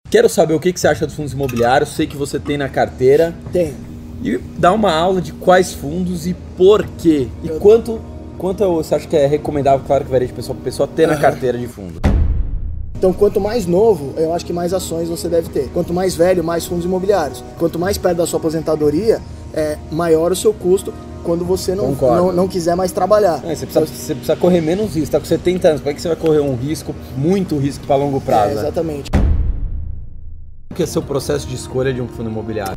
Quero saber o que você acha dos fundos imobiliários, sei que você tem na carteira. Tenho. E dá uma aula de quais fundos e por quê. E quanto você acha que é recomendável, claro que varia de pessoa para pessoa, ter na carteira de fundo. Então, quanto mais novo, eu acho que mais ações você deve ter. Quanto mais velho, mais fundos imobiliários. Quanto mais perto da sua aposentadoria, maior o seu custo quando você não quiser mais trabalhar. Você precisa correr menos risco. Tá com 70 anos, como é que você vai correr muito risco para longo prazo? Exatamente. O que é seu processo de escolha de um fundo imobiliário?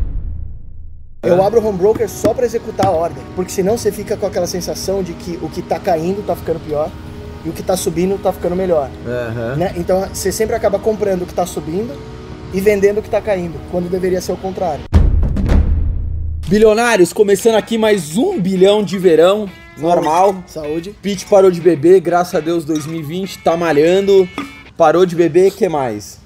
Eu abro o home broker só para executar a ordem, porque senão você fica com aquela sensação de que o que está caindo está ficando pior e o que está subindo está ficando melhor. Né? Então você sempre acaba comprando o que está subindo e vendendo o que está caindo, quando deveria ser o contrário. Bilionários, começando aqui mais 1 bilhão de verão, normal. Saúde. Pete parou de beber, graças a Deus 2020, tá malhando, parou de beber, o que mais?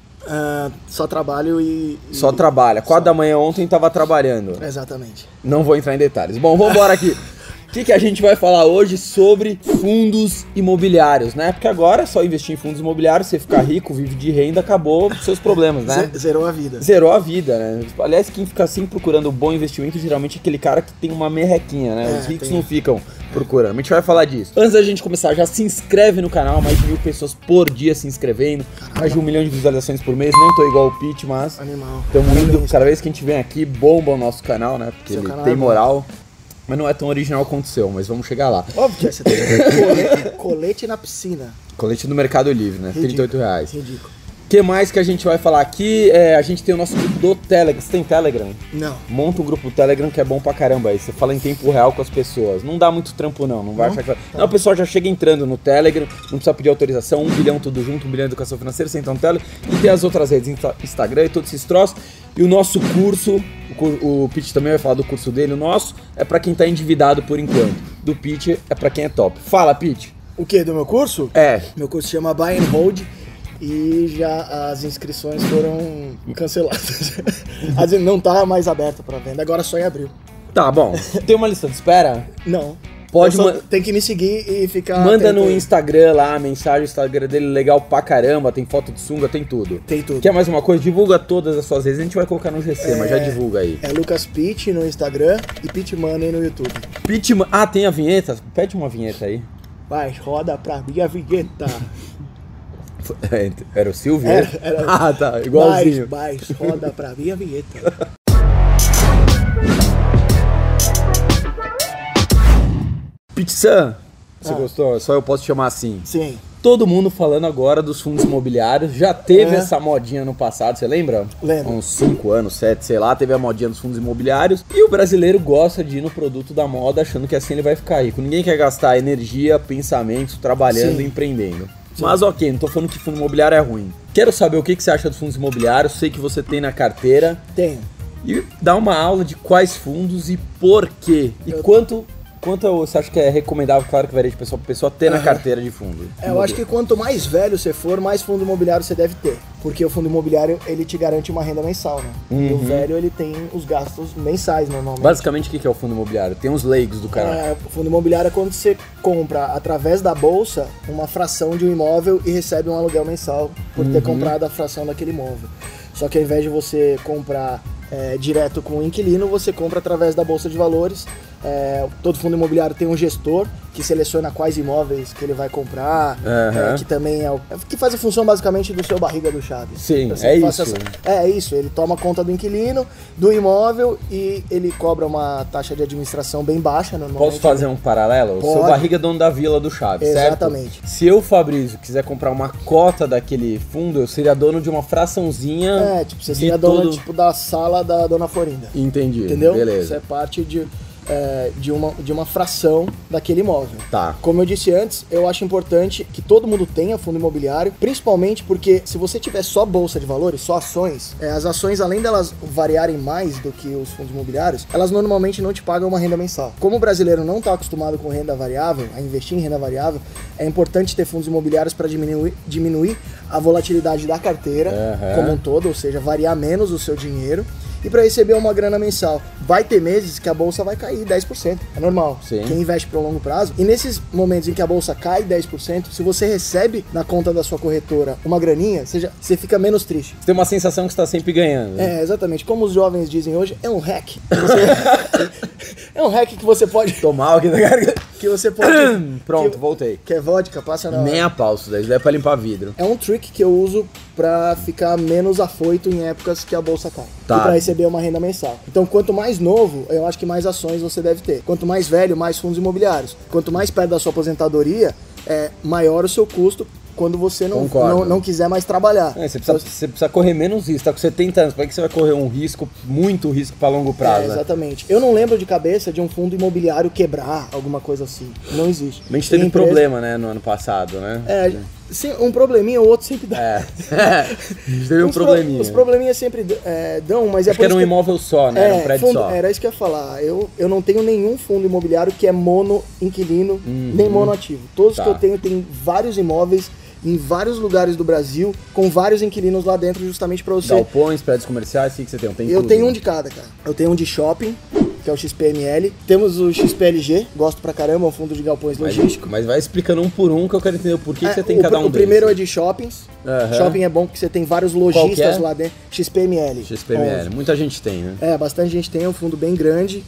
Só trabalho e... Só trabalha. 4 da manhã ontem tava trabalhando. Exatamente. Não vou entrar em detalhes. Bom, vamos embora aqui. O que a gente vai falar hoje sobre fundos imobiliários, né? Porque agora é só investir em fundos imobiliários, você ficar rico, vive de renda, acabou os seus problemas, né? Zerou a vida. Zerou a vida, né? Aliás, quem fica assim procurando um bom investimento, geralmente é aquele cara que tem uma merrequinha, né? Os ricos não ficam procurando. A gente vai falar disso. Antes da gente começar, já se inscreve no canal, mais de 1000 pessoas por dia se inscrevendo, mais de 1 milhão de visualizações por mês. Não tô igual o Pete, mas estamos indo. Cada vez que a gente vem aqui, bomba o nosso canal, né? Porque ele tem moral. Mas não é tão original quanto o seu, mas vamos chegar lá. Óbvio que você tem colete na piscina. Colete no Mercado Livre, né? Ridículo. R$38. Ridículo. O que mais que a gente vai falar aqui? A gente tem o nosso grupo do Telegram. Você tem Telegram? Não. Monta um grupo do Telegram que é bom pra caramba. Aí você fala em tempo real com as pessoas. Não dá muito trampo não vai achar que... Não, o pessoal já chega entrando no Telegram, não precisa pedir autorização, 1 bilhão tudo junto, 1 bilhão de educação financeira, você entra no Telegram. E tem as outras redes, Instagram e todos esses troços. E o nosso curso, o Pete também vai falar do curso dele, o nosso é pra quem tá endividado por enquanto. Do Pete é pra quem é top. Fala, Pete. O que? Do meu curso? Meu curso se chama Buy and Hold e já as inscrições foram canceladas. Não tá mais aberta pra venda, agora só em abril. Tá bom. Tem uma lista de espera? Não. Pode tem que me seguir e ficar... Manda no Instagram lá, a mensagem, o Instagram dele legal pra caramba, tem foto de sunga, tem tudo. Tem tudo. Quer mais uma coisa? Divulga todas as suas redes, a gente vai colocar no GC, mas já divulga aí. É Lucas Pete no Instagram e Pete Money no YouTube. Tem a vinheta? Pede uma vinheta aí. Vai, roda pra mim a vinheta. Era o Silvio? Era. Ah, tá, igualzinho. Roda pra mim a vinheta. Pizza, você gostou? Só eu posso chamar assim. Sim. Todo mundo falando agora dos fundos imobiliários. Já teve essa modinha no passado, você lembra? Lembro. Uns 5 anos, 7, sei lá, teve a modinha dos fundos imobiliários. E o brasileiro gosta de ir no produto da moda achando que assim ele vai ficar rico. Ninguém quer gastar energia, pensamento, trabalhando e empreendendo. Sim. Mas ok, não tô falando que fundo imobiliário é ruim. Quero saber o que você acha dos fundos imobiliários, sei que você tem na carteira. Tenho. E dá uma aula de quais fundos e por quê. E quanto você acha que é recomendável, claro que varia de pessoa para pessoa, ter na carteira de fundo? Eu acho que quanto mais velho você for, mais fundo imobiliário você deve ter. Porque o fundo imobiliário, ele te garante uma renda mensal, né? E o velho, ele tem os gastos mensais, normalmente. Basicamente, o que é o fundo imobiliário? Tem os leigos do canal. O fundo imobiliário é quando você compra, através da bolsa, uma fração de um imóvel e recebe um aluguel mensal por ter comprado a fração daquele imóvel. Só que ao invés de você comprar direto com o inquilino, você compra através da bolsa de valores. Todo fundo imobiliário tem um gestor que seleciona quais imóveis que ele vai comprar, que também que faz a função basicamente do seu barriga do Chaves. Sim, então, isso. É isso, ele toma conta do inquilino, do imóvel e ele cobra uma taxa de administração bem baixa. Posso fazer um paralelo? O seu barriga é dono da vila do Chaves, exatamente. Certo? Se eu, Fabrício, quiser comprar uma cota daquele fundo, eu seria dono de uma fraçãozinha. Você seria dono da sala da Dona Florinda. Entendi, entendeu? Beleza. Você é parte de uma fração daquele imóvel. Tá. Como eu disse antes, eu acho importante que todo mundo tenha fundo imobiliário, principalmente porque se você tiver só bolsa de valores, só ações, as ações, além delas variarem mais do que os fundos imobiliários, elas normalmente não te pagam uma renda mensal. Como o brasileiro não está acostumado com renda variável, a investir em renda variável, é importante ter fundos imobiliários para diminuir a volatilidade da carteira como um todo, ou seja, variar menos o seu dinheiro. e para receber uma grana mensal. Vai ter meses que a bolsa vai cair 10%, é normal. Sim. Quem investe pro longo prazo, e nesses momentos em que a bolsa cai 10%, se você recebe na conta da sua corretora uma graninha, você fica menos triste. Você tem uma sensação que você tá sempre ganhando. É, exatamente. Como os jovens dizem hoje, é um hack. É um hack que você pode... Tomar aqui na garganta. Que você pode... Pronto, voltei. Que é vodka, passa na hora. Nem a pau isso daí é pra limpar vidro. É um trick que eu uso pra ficar menos afoito em épocas que a bolsa cai. Tá. E pra receber uma renda mensal. Então, quanto mais novo, eu acho que mais ações você deve ter. Quanto mais velho, mais fundos imobiliários. Quanto mais perto da sua aposentadoria, maior o seu custo quando você não quiser mais trabalhar. Você precisa correr menos risco. Tá com 70 anos, para que você vai correr muito risco para longo prazo? Exatamente. Eu não lembro de cabeça de um fundo imobiliário quebrar, alguma coisa assim. Não existe. A gente teve problema, né, no ano passado, né? Sim, um probleminha ou outro sempre dá. A gente teve um probleminha. Os probleminhas sempre dão, mas Acho que era um imóvel só, né? Era um prédio só. Era isso que eu ia falar. Eu não tenho nenhum fundo imobiliário que é mono inquilino, nem mono ativo. Todos que eu tenho tem vários imóveis em vários lugares do Brasil, com vários inquilinos lá dentro, justamente para você... Galpões, prédios comerciais, o que você tem? Eu tenho um de cada, cara. Eu tenho um de shopping, que é o XPML. Temos o XPLG, gosto pra caramba, é um fundo de galpões logístico. Mas vai explicando um por um, que eu quero entender por que você tem cada um deles. O primeiro é de shoppings. Shopping é bom porque você tem vários lojistas lá dentro. XPML. XPML, muita gente tem, né? Bastante gente tem, é um fundo bem grande.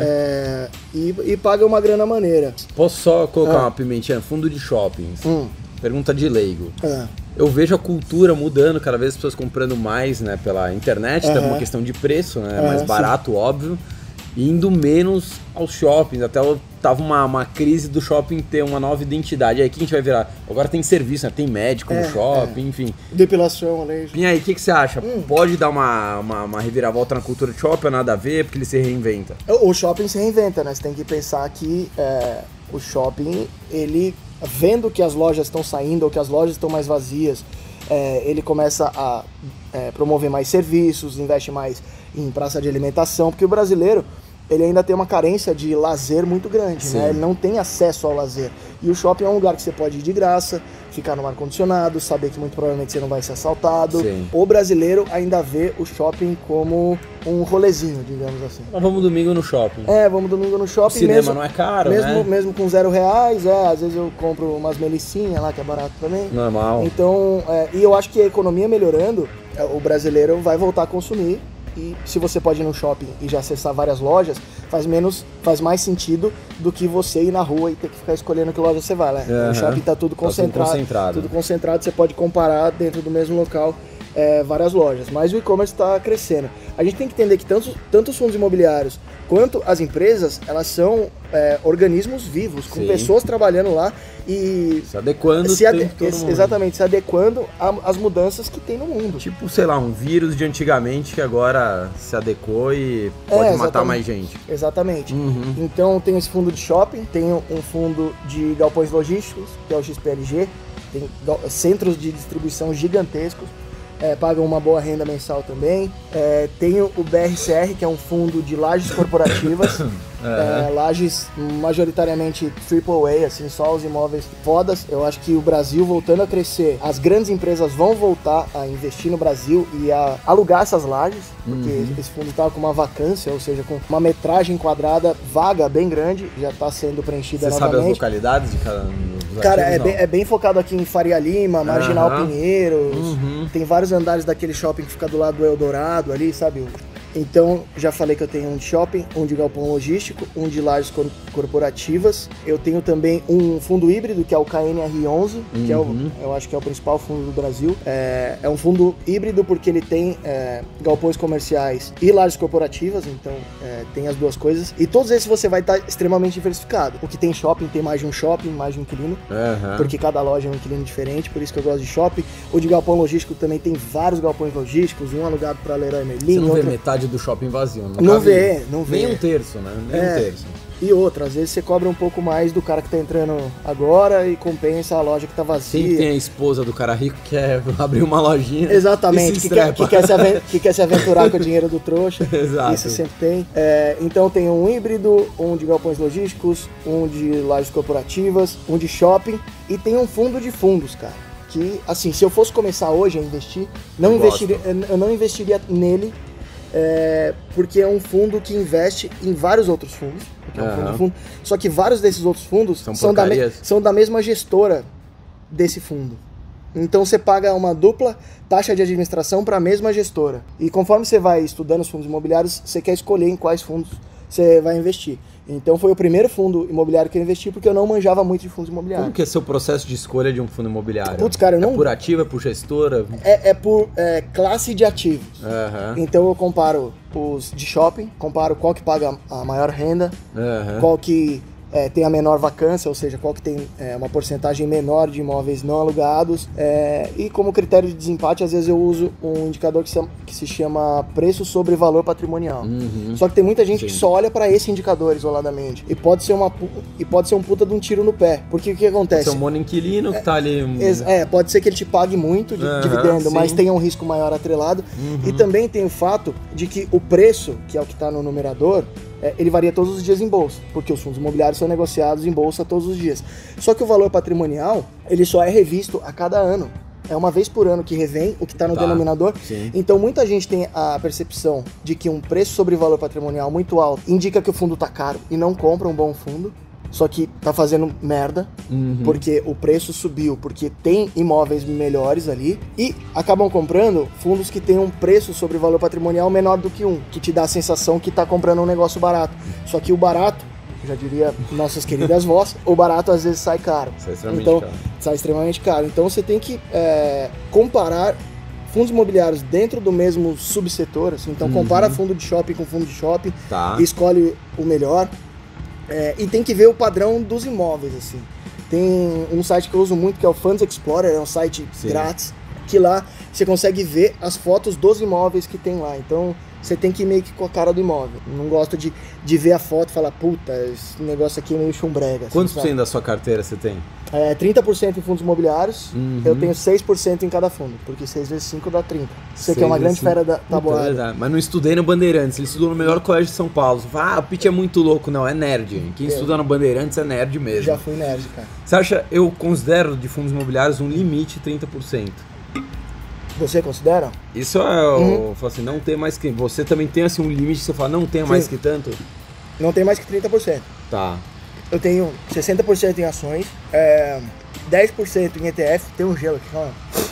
E paga uma grana maneira. Posso só colocar uma pimentinha? Fundo de shoppings. Pergunta de leigo. Eu vejo a cultura mudando, cada vez as pessoas comprando mais, né, pela internet, tá uma questão de preço, né, mais barato, óbvio, e indo menos aos shoppings. Até tava uma crise do shopping ter uma nova identidade. Aí o que a gente vai virar? Agora tem serviço, né, tem médico no shopping, enfim. Depilação, né? E aí, o que você acha? Pode dar uma reviravolta na cultura de shopping ou nada a ver, porque ele se reinventa? O shopping se reinventa, né? Você tem que pensar que o shopping, ele... Vendo que as lojas estão saindo ou que as lojas estão mais vazias, ele começa a promover mais serviços, investe mais em praça de alimentação, porque o brasileiro ele ainda tem uma carência de lazer muito grande, né? Ele não tem acesso ao lazer. E o shopping é um lugar que você pode ir de graça, ficar no ar-condicionado, saber que muito provavelmente você não vai ser assaltado. Sim. O brasileiro ainda vê o shopping como um rolezinho, digamos assim. Mas vamos domingo no shopping. Vamos domingo no shopping. O cinema não é caro, né? Mesmo com R$0, às vezes eu compro umas melicinhas lá, que é barato também. Normal. Então, e eu acho que a economia melhorando, o brasileiro vai voltar a consumir. E se você pode ir no shopping e já acessar várias lojas, faz mais sentido do que você ir na rua e ter que ficar escolhendo que loja você vai, né? No shopping tá tudo concentrado. Tudo concentrado, você pode comparar dentro do mesmo local várias lojas. Mas o e-commerce está crescendo. A gente tem que entender que tanto os fundos imobiliários quanto as empresas, elas são organismos vivos, com pessoas trabalhando lá e se adequando exatamente, se adequando às mudanças que tem no mundo. Tipo, sei lá, um vírus de antigamente que agora se adequou e pode matar mais gente. Exatamente. Então tem esse fundo de shopping, tem um fundo de galpões logísticos, que é o XPLG, tem centros de distribuição gigantescos. Pagam uma boa renda mensal também. Tem o BRCR, que é um fundo de lajes corporativas. Lajes majoritariamente AAA, assim, só os imóveis fodas. Eu acho que o Brasil voltando a crescer, as grandes empresas vão voltar a investir no Brasil e a alugar essas lajes, porque esse fundo estava com uma vacância, ou seja, com uma metragem quadrada vaga bem grande, já está sendo preenchida novamente. Você sabe as localidades de cada... Cara, é bem focado aqui em Faria Lima, Marginal Pinheiros, tem vários andares daquele shopping que fica do lado do Eldorado ali, sabe? Então, já falei que eu tenho um de shopping, um de galpão logístico, um de lajes corporativas. Eu tenho também um fundo híbrido, que é o KNR11, que eu acho que é o principal fundo do Brasil. É um fundo híbrido porque ele tem galpões comerciais e lajes corporativas, então tem as duas coisas. E todos esses você vai estar extremamente diversificado. O que tem shopping tem mais de um shopping, mais de um inquilino, porque cada loja é um inquilino diferente, por isso que eu gosto de shopping. O de galpão logístico também tem vários galpões logísticos, um alugado para Leroy Merlin. Você não vê metade do shopping vazio, não vê. Nem um terço, né? Nem um terço. E outra, às vezes você cobra um pouco mais do cara que tá entrando agora e compensa a loja que tá vazia. Sempre tem a esposa do cara rico que quer abrir uma lojinha. Exatamente, que quer se aventurar com o dinheiro do trouxa. Exato. Isso sempre tem. Então tem um híbrido, um de galpões logísticos, um de lajes corporativas, um de shopping e tem um fundo de fundos, cara. Que, assim, se eu fosse começar hoje a investir, eu não investiria nele porque é um fundo que investe em vários outros fundos. Só que vários desses outros fundos são da mesma gestora desse fundo. Então você paga uma dupla taxa de administração para a mesma gestora. E conforme você vai estudando os fundos imobiliários, você quer escolher em quais fundos você vai investir. Então foi o primeiro fundo imobiliário que eu investi porque eu não manjava muito de fundos imobiliários. Como que é seu processo de escolha de um fundo imobiliário? Putz, cara, É por ativo, é por gestora? É por classe de ativos. Então eu comparo os de shopping, comparo qual que paga a maior renda, qual que tem a menor vacância, ou seja, qual que tem uma porcentagem menor de imóveis não alugados. E como critério de desempate, às vezes eu uso um indicador que se chama preço sobre valor patrimonial. Só que tem muita gente que só olha para esse indicador isoladamente. E pode ser um puta de um tiro no pé. Porque o que acontece? Pode ser um monoinquilino que tá ali... Pode ser que ele te pague muito de dividendo, mas tenha um risco maior atrelado. E também tem o fato de que o preço, que é o que está no numerador, ele varia todos os dias em bolsa, porque os fundos imobiliários são negociados em bolsa todos os dias. Só que o valor patrimonial, ele só é revisto a cada ano. É uma vez por ano que revém o que está no denominador. Sim. Então muita gente tem a percepção de que um preço sobre valor patrimonial muito alto indica que o fundo está caro e não compra um bom fundo. Só que tá fazendo merda, porque o preço subiu, porque tem imóveis melhores ali, e acabam comprando fundos que têm um preço sobre valor patrimonial menor do que que te dá a sensação que tá comprando um negócio barato. Só que o barato, já diria nossas queridas vós, o barato às vezes sai caro. Sai extremamente caro. Então você tem que comparar fundos imobiliários dentro do mesmo subsetor, assim. Então compara fundo de shopping com fundo de shopping, e escolhe o melhor. E tem que ver o padrão dos imóveis, assim. Tem um site que eu uso muito, que é o Funds Explorer, é um site grátis, que lá você consegue ver as fotos dos imóveis que tem lá. Então, você tem que ir meio que com a cara do imóvel. Não gosto de ver a foto e falar, puta, esse negócio aqui é meio chumbrega. Quantos por cento da sua carteira você tem? 30% em fundos imobiliários, eu tenho 6% em cada fundo, porque 6 vezes 5 dá 30. Você que é uma grande fera da tabuada. Mas não estudei no Bandeirantes, ele estudou no melhor colégio de São Paulo. Você fala, o Pitch é muito louco. Não, é nerd. Quem estuda no Bandeirantes é nerd mesmo. Já fui nerd, cara. Você acha, eu considero de fundos imobiliários um limite 30%. Você considera? Isso eu falo assim, não tem mais que... Você também tem assim um limite, você fala, não tem mais que tanto? Não tem mais que 30%. Tá. Eu tenho 60% em ações, 10% em ETF, tem um gelo aqui, ó.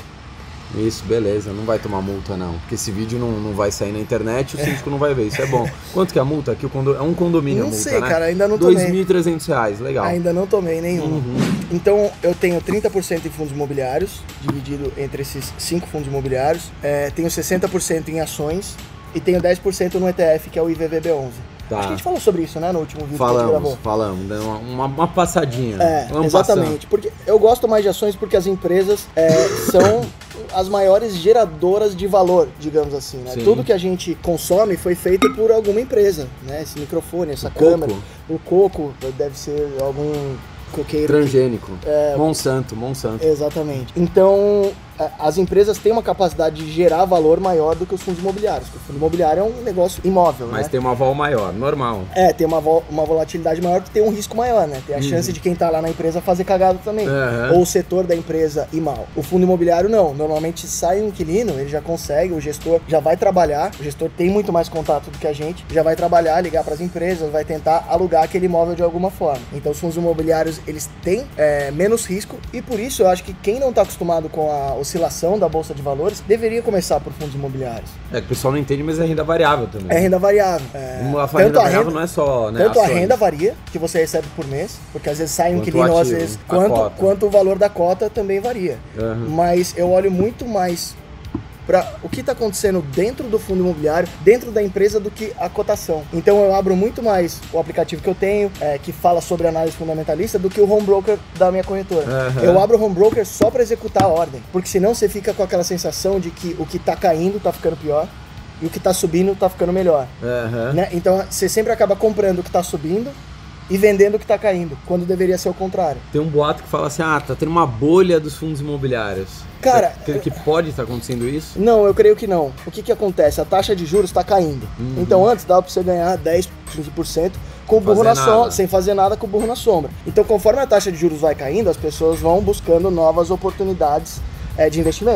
Isso, beleza, não vai tomar multa não, porque esse vídeo não vai sair na internet, o síndico não vai ver, isso é bom. Quanto que é a multa? Aqui é um condomínio a multa, sei, né? Cara, ainda não tomei. R$2.300, legal. Ainda não tomei nenhum. Então eu tenho 30% em fundos imobiliários, dividido entre esses 5 fundos imobiliários, tenho 60% em ações e tenho 10% no ETF, que é o IVVB11. Tá. Acho que a gente falou sobre isso, né, no último vídeo que a gente gravou. Falamos, uma passadinha. Exatamente, porque eu gosto mais de ações porque as empresas são as maiores geradoras de valor, digamos assim, né? Tudo que a gente consome foi feito por alguma empresa, né? Esse microfone, essa câmera, o coco deve ser algum coqueiro. Transgênico. Monsanto. Exatamente. Então, as empresas têm uma capacidade de gerar valor maior do que os fundos imobiliários. Porque o fundo imobiliário é um negócio imóvel, Mas né? tem uma vol maior, normal. Tem uma volatilidade maior porque tem um risco maior, né? Tem a chance de quem tá lá na empresa fazer cagada também. Ou o setor da empresa ir mal. O fundo imobiliário não. Normalmente sai um inquilino, ele já consegue, o gestor já vai trabalhar, o gestor tem muito mais contato do que a gente, já vai trabalhar, ligar para as empresas, vai tentar alugar aquele imóvel de alguma forma. Então os fundos imobiliários, eles têm menos risco e por isso eu acho que quem não tá acostumado com a oscilação da Bolsa de Valores deveria começar por fundos imobiliários. Que o pessoal não entende, mas é renda variável também. É renda variável. Renda variável não é só, né, tanto ações. A renda varia, que você recebe por mês, porque às vezes sai um inquilino, às vezes quanto o valor da cota também varia. Mas eu olho muito mais para o que está acontecendo dentro do fundo imobiliário, dentro da empresa, do que a cotação. Então eu abro muito mais o aplicativo que eu tenho, que fala sobre análise fundamentalista, do que o home broker da minha corretora. Eu abro o home broker só para executar a ordem, porque senão você fica com aquela sensação de que o que está caindo está ficando pior e o que está subindo está ficando melhor. Né? Então você sempre acaba comprando o que está subindo e vendendo o que está caindo, quando deveria ser o contrário. Tem um boato que fala assim, tá tendo uma bolha dos fundos imobiliários. Cara, que pode estar acontecendo isso? Não, eu creio que não. O que acontece? A taxa de juros está caindo. Então antes dava para você ganhar 10%, 15% com o burro na sombra, sem fazer nada com o burro na sombra. Então conforme a taxa de juros vai caindo, as pessoas vão buscando novas oportunidades de investimento.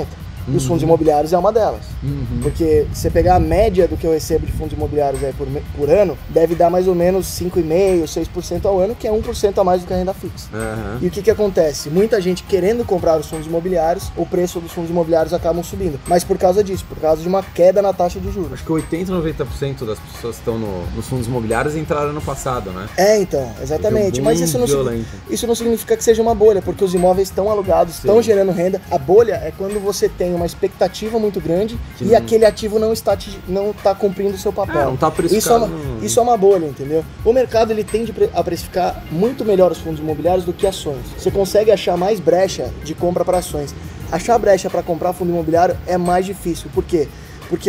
E os fundos imobiliários é uma delas. Porque se você pegar a média do que eu recebo de fundos imobiliários aí por ano, deve dar mais ou menos 5,5%, 6% ao ano, que é 1% a mais do que a renda fixa. E o que acontece? Muita gente querendo comprar os fundos imobiliários, o preço dos fundos imobiliários acabam subindo. Mas por causa disso, por causa de uma queda na taxa de juros. Acho que 80%, 90% das pessoas que estão nos fundos imobiliários entraram ano passado, né? Então, exatamente. Mas isso não significa que seja uma bolha, porque os imóveis estão alugados, estão gerando renda. A bolha é quando você tem uma expectativa muito grande e aquele ativo não está cumprindo o seu papel. Não está precificado. Isso é uma bolha, entendeu? O mercado ele tende a precificar muito melhor os fundos imobiliários do que ações. Você consegue achar mais brecha de compra para ações. Achar brecha para comprar fundo imobiliário é mais difícil. Por quê? Porque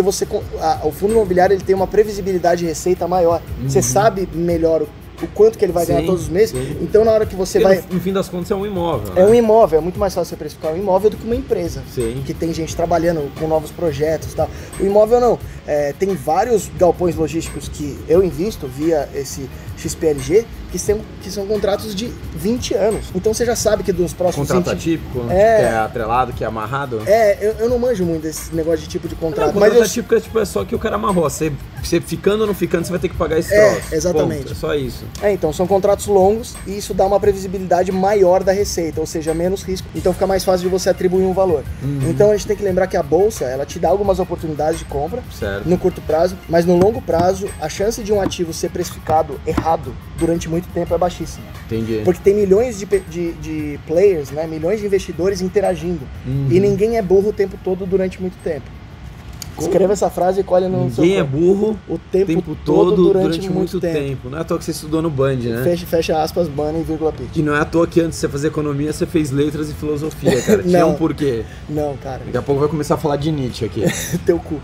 o fundo imobiliário ele tem uma previsibilidade de receita maior. Você sabe melhor o quanto que ele vai ganhar todos os meses. Então na hora que você vai... No fim das contas é um imóvel, né? É um imóvel, é muito mais fácil você precificar um imóvel do que uma empresa. Que tem gente trabalhando com novos projetos e tal. O imóvel não. Tem vários galpões logísticos que eu invisto via esse XPLG, que são contratos de 20 anos. Então você já sabe que dos próximos... Contrato atípico, que é atrelado, que é amarrado. Eu não manjo muito desse negócio de tipo de contrato. Mas atípico é só que o cara amarrou. Você ficando ou não ficando, você vai ter que pagar esse troço. Exatamente. Ponto, é só isso. Então são contratos longos e isso dá uma previsibilidade maior da receita, ou seja, menos risco. Então fica mais fácil de você atribuir um valor. Então a gente tem que lembrar que a bolsa, ela te dá algumas oportunidades de compra no curto prazo, mas no longo prazo, a chance de um ativo ser precificado errado durante muito tempo é baixíssima. Entendi. Porque tem milhões de players, né? Milhões de investidores interagindo. E ninguém é burro o tempo todo durante muito tempo. Escreva essa frase e colhe no seu... Ninguém é burro o tempo todo durante muito tempo. Não é à toa que você estudou no Band, né? Fecha aspas, Band e vírgula pitch. E não é à toa que antes de você fazer economia, você fez letras e filosofia, cara. Tinha um porquê. Não, cara. Daqui a pouco vai começar a falar de Nietzsche aqui. Teu cu.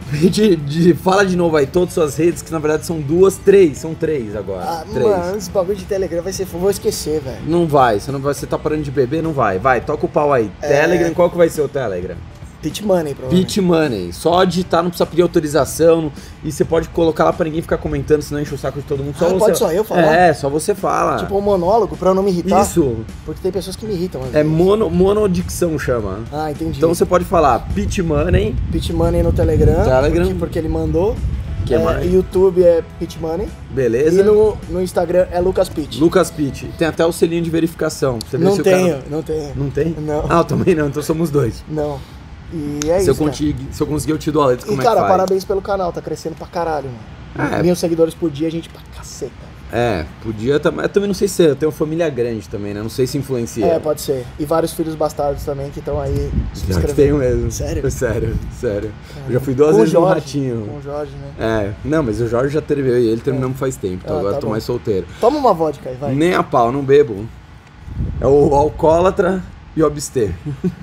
Fala de novo aí, todas as suas redes, que na verdade são são três agora. Mano, esse bagulho de Telegram vai ser... Vou esquecer, velho. Não vai, você tá parando de beber, não vai. Vai, toca o pau aí. Telegram, qual que vai ser o Telegram? Pitch Money, provavelmente. Pitch Money. Só digitar, não precisa pedir autorização. E você pode colocar lá pra ninguém ficar comentando, senão enche o saco de todo mundo. Pode só eu falar? Só você fala. Tipo um monólogo pra eu não me irritar? Isso. Porque tem pessoas que me irritam. Monodicção chama. Entendi. Então você pode falar Pitch Money. Pitch Money no Telegram. Porque ele mandou. Que mais? YouTube é Pitch Money. Beleza. E no Instagram é Lucas Pitch. Lucas Pitch. Tem até o selinho de verificação. Pra você ver não se tenho. Não tem? Não. Eu também não. Então somos dois. Não. E é se isso, Se eu conseguir, eu te dou a letra. Como cara, parabéns pelo canal, tá crescendo pra caralho, mano. 1.000 seguidores por dia, gente pra caceta. Podia também. Eu também não sei se eu tenho uma família grande também, né? Não sei se influencia. Pode ser. E vários filhos bastardos também que estão aí se inscrevendo. Tenho mesmo. Sério? Sério. Eu já fui 2 vezes no Ratinho. Com o Jorge, né? Não, mas o Jorge já teve, eu e ele terminamos faz tempo, então agora eu tô mais solteiro. Toma uma vodka aí, vai. Nem a pau, não bebo. É o alcoólatra e o abster.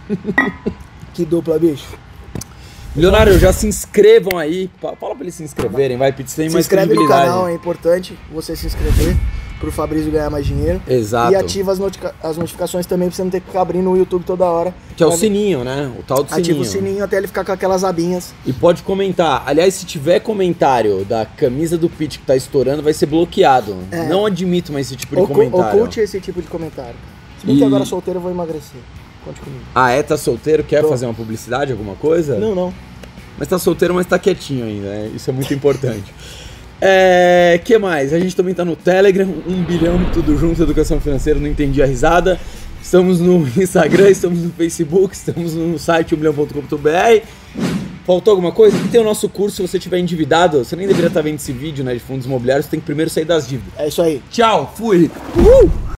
Que dupla, bicho. Milionário, já se inscrevam aí. Fala pra eles se inscreverem, vai, Pitts, tem mais credibilidade. Se inscreve no canal, é importante você se inscrever pro Fabrício ganhar mais dinheiro. Exato. E ativa as notificações também pra você não ter que ficar abrindo o YouTube toda hora. Que é o sininho, né? O tal do sininho. Ativa o sininho até ele ficar com aquelas abinhas. E pode comentar. Aliás, se tiver comentário da camisa do Pitts que tá estourando, vai ser bloqueado. Não admito mais esse tipo de comentário. Oculte esse tipo de comentário. Se bem que agora solteiro eu vou emagrecer. Conte comigo. Tá solteiro? Quer fazer uma publicidade, alguma coisa? Não. Mas tá solteiro, mas tá quietinho ainda, né? Isso é muito importante. Que mais? A gente também tá no Telegram, 1 bilhão, tudo junto, educação financeira, não entendi a risada. Estamos no Instagram, estamos no Facebook, estamos no site 1bilhão.com.br. Faltou alguma coisa? E tem o nosso curso, se você estiver endividado, você nem deveria estar vendo esse vídeo, né, de fundos imobiliários, você tem que primeiro sair das dívidas. É isso aí. Tchau, fui!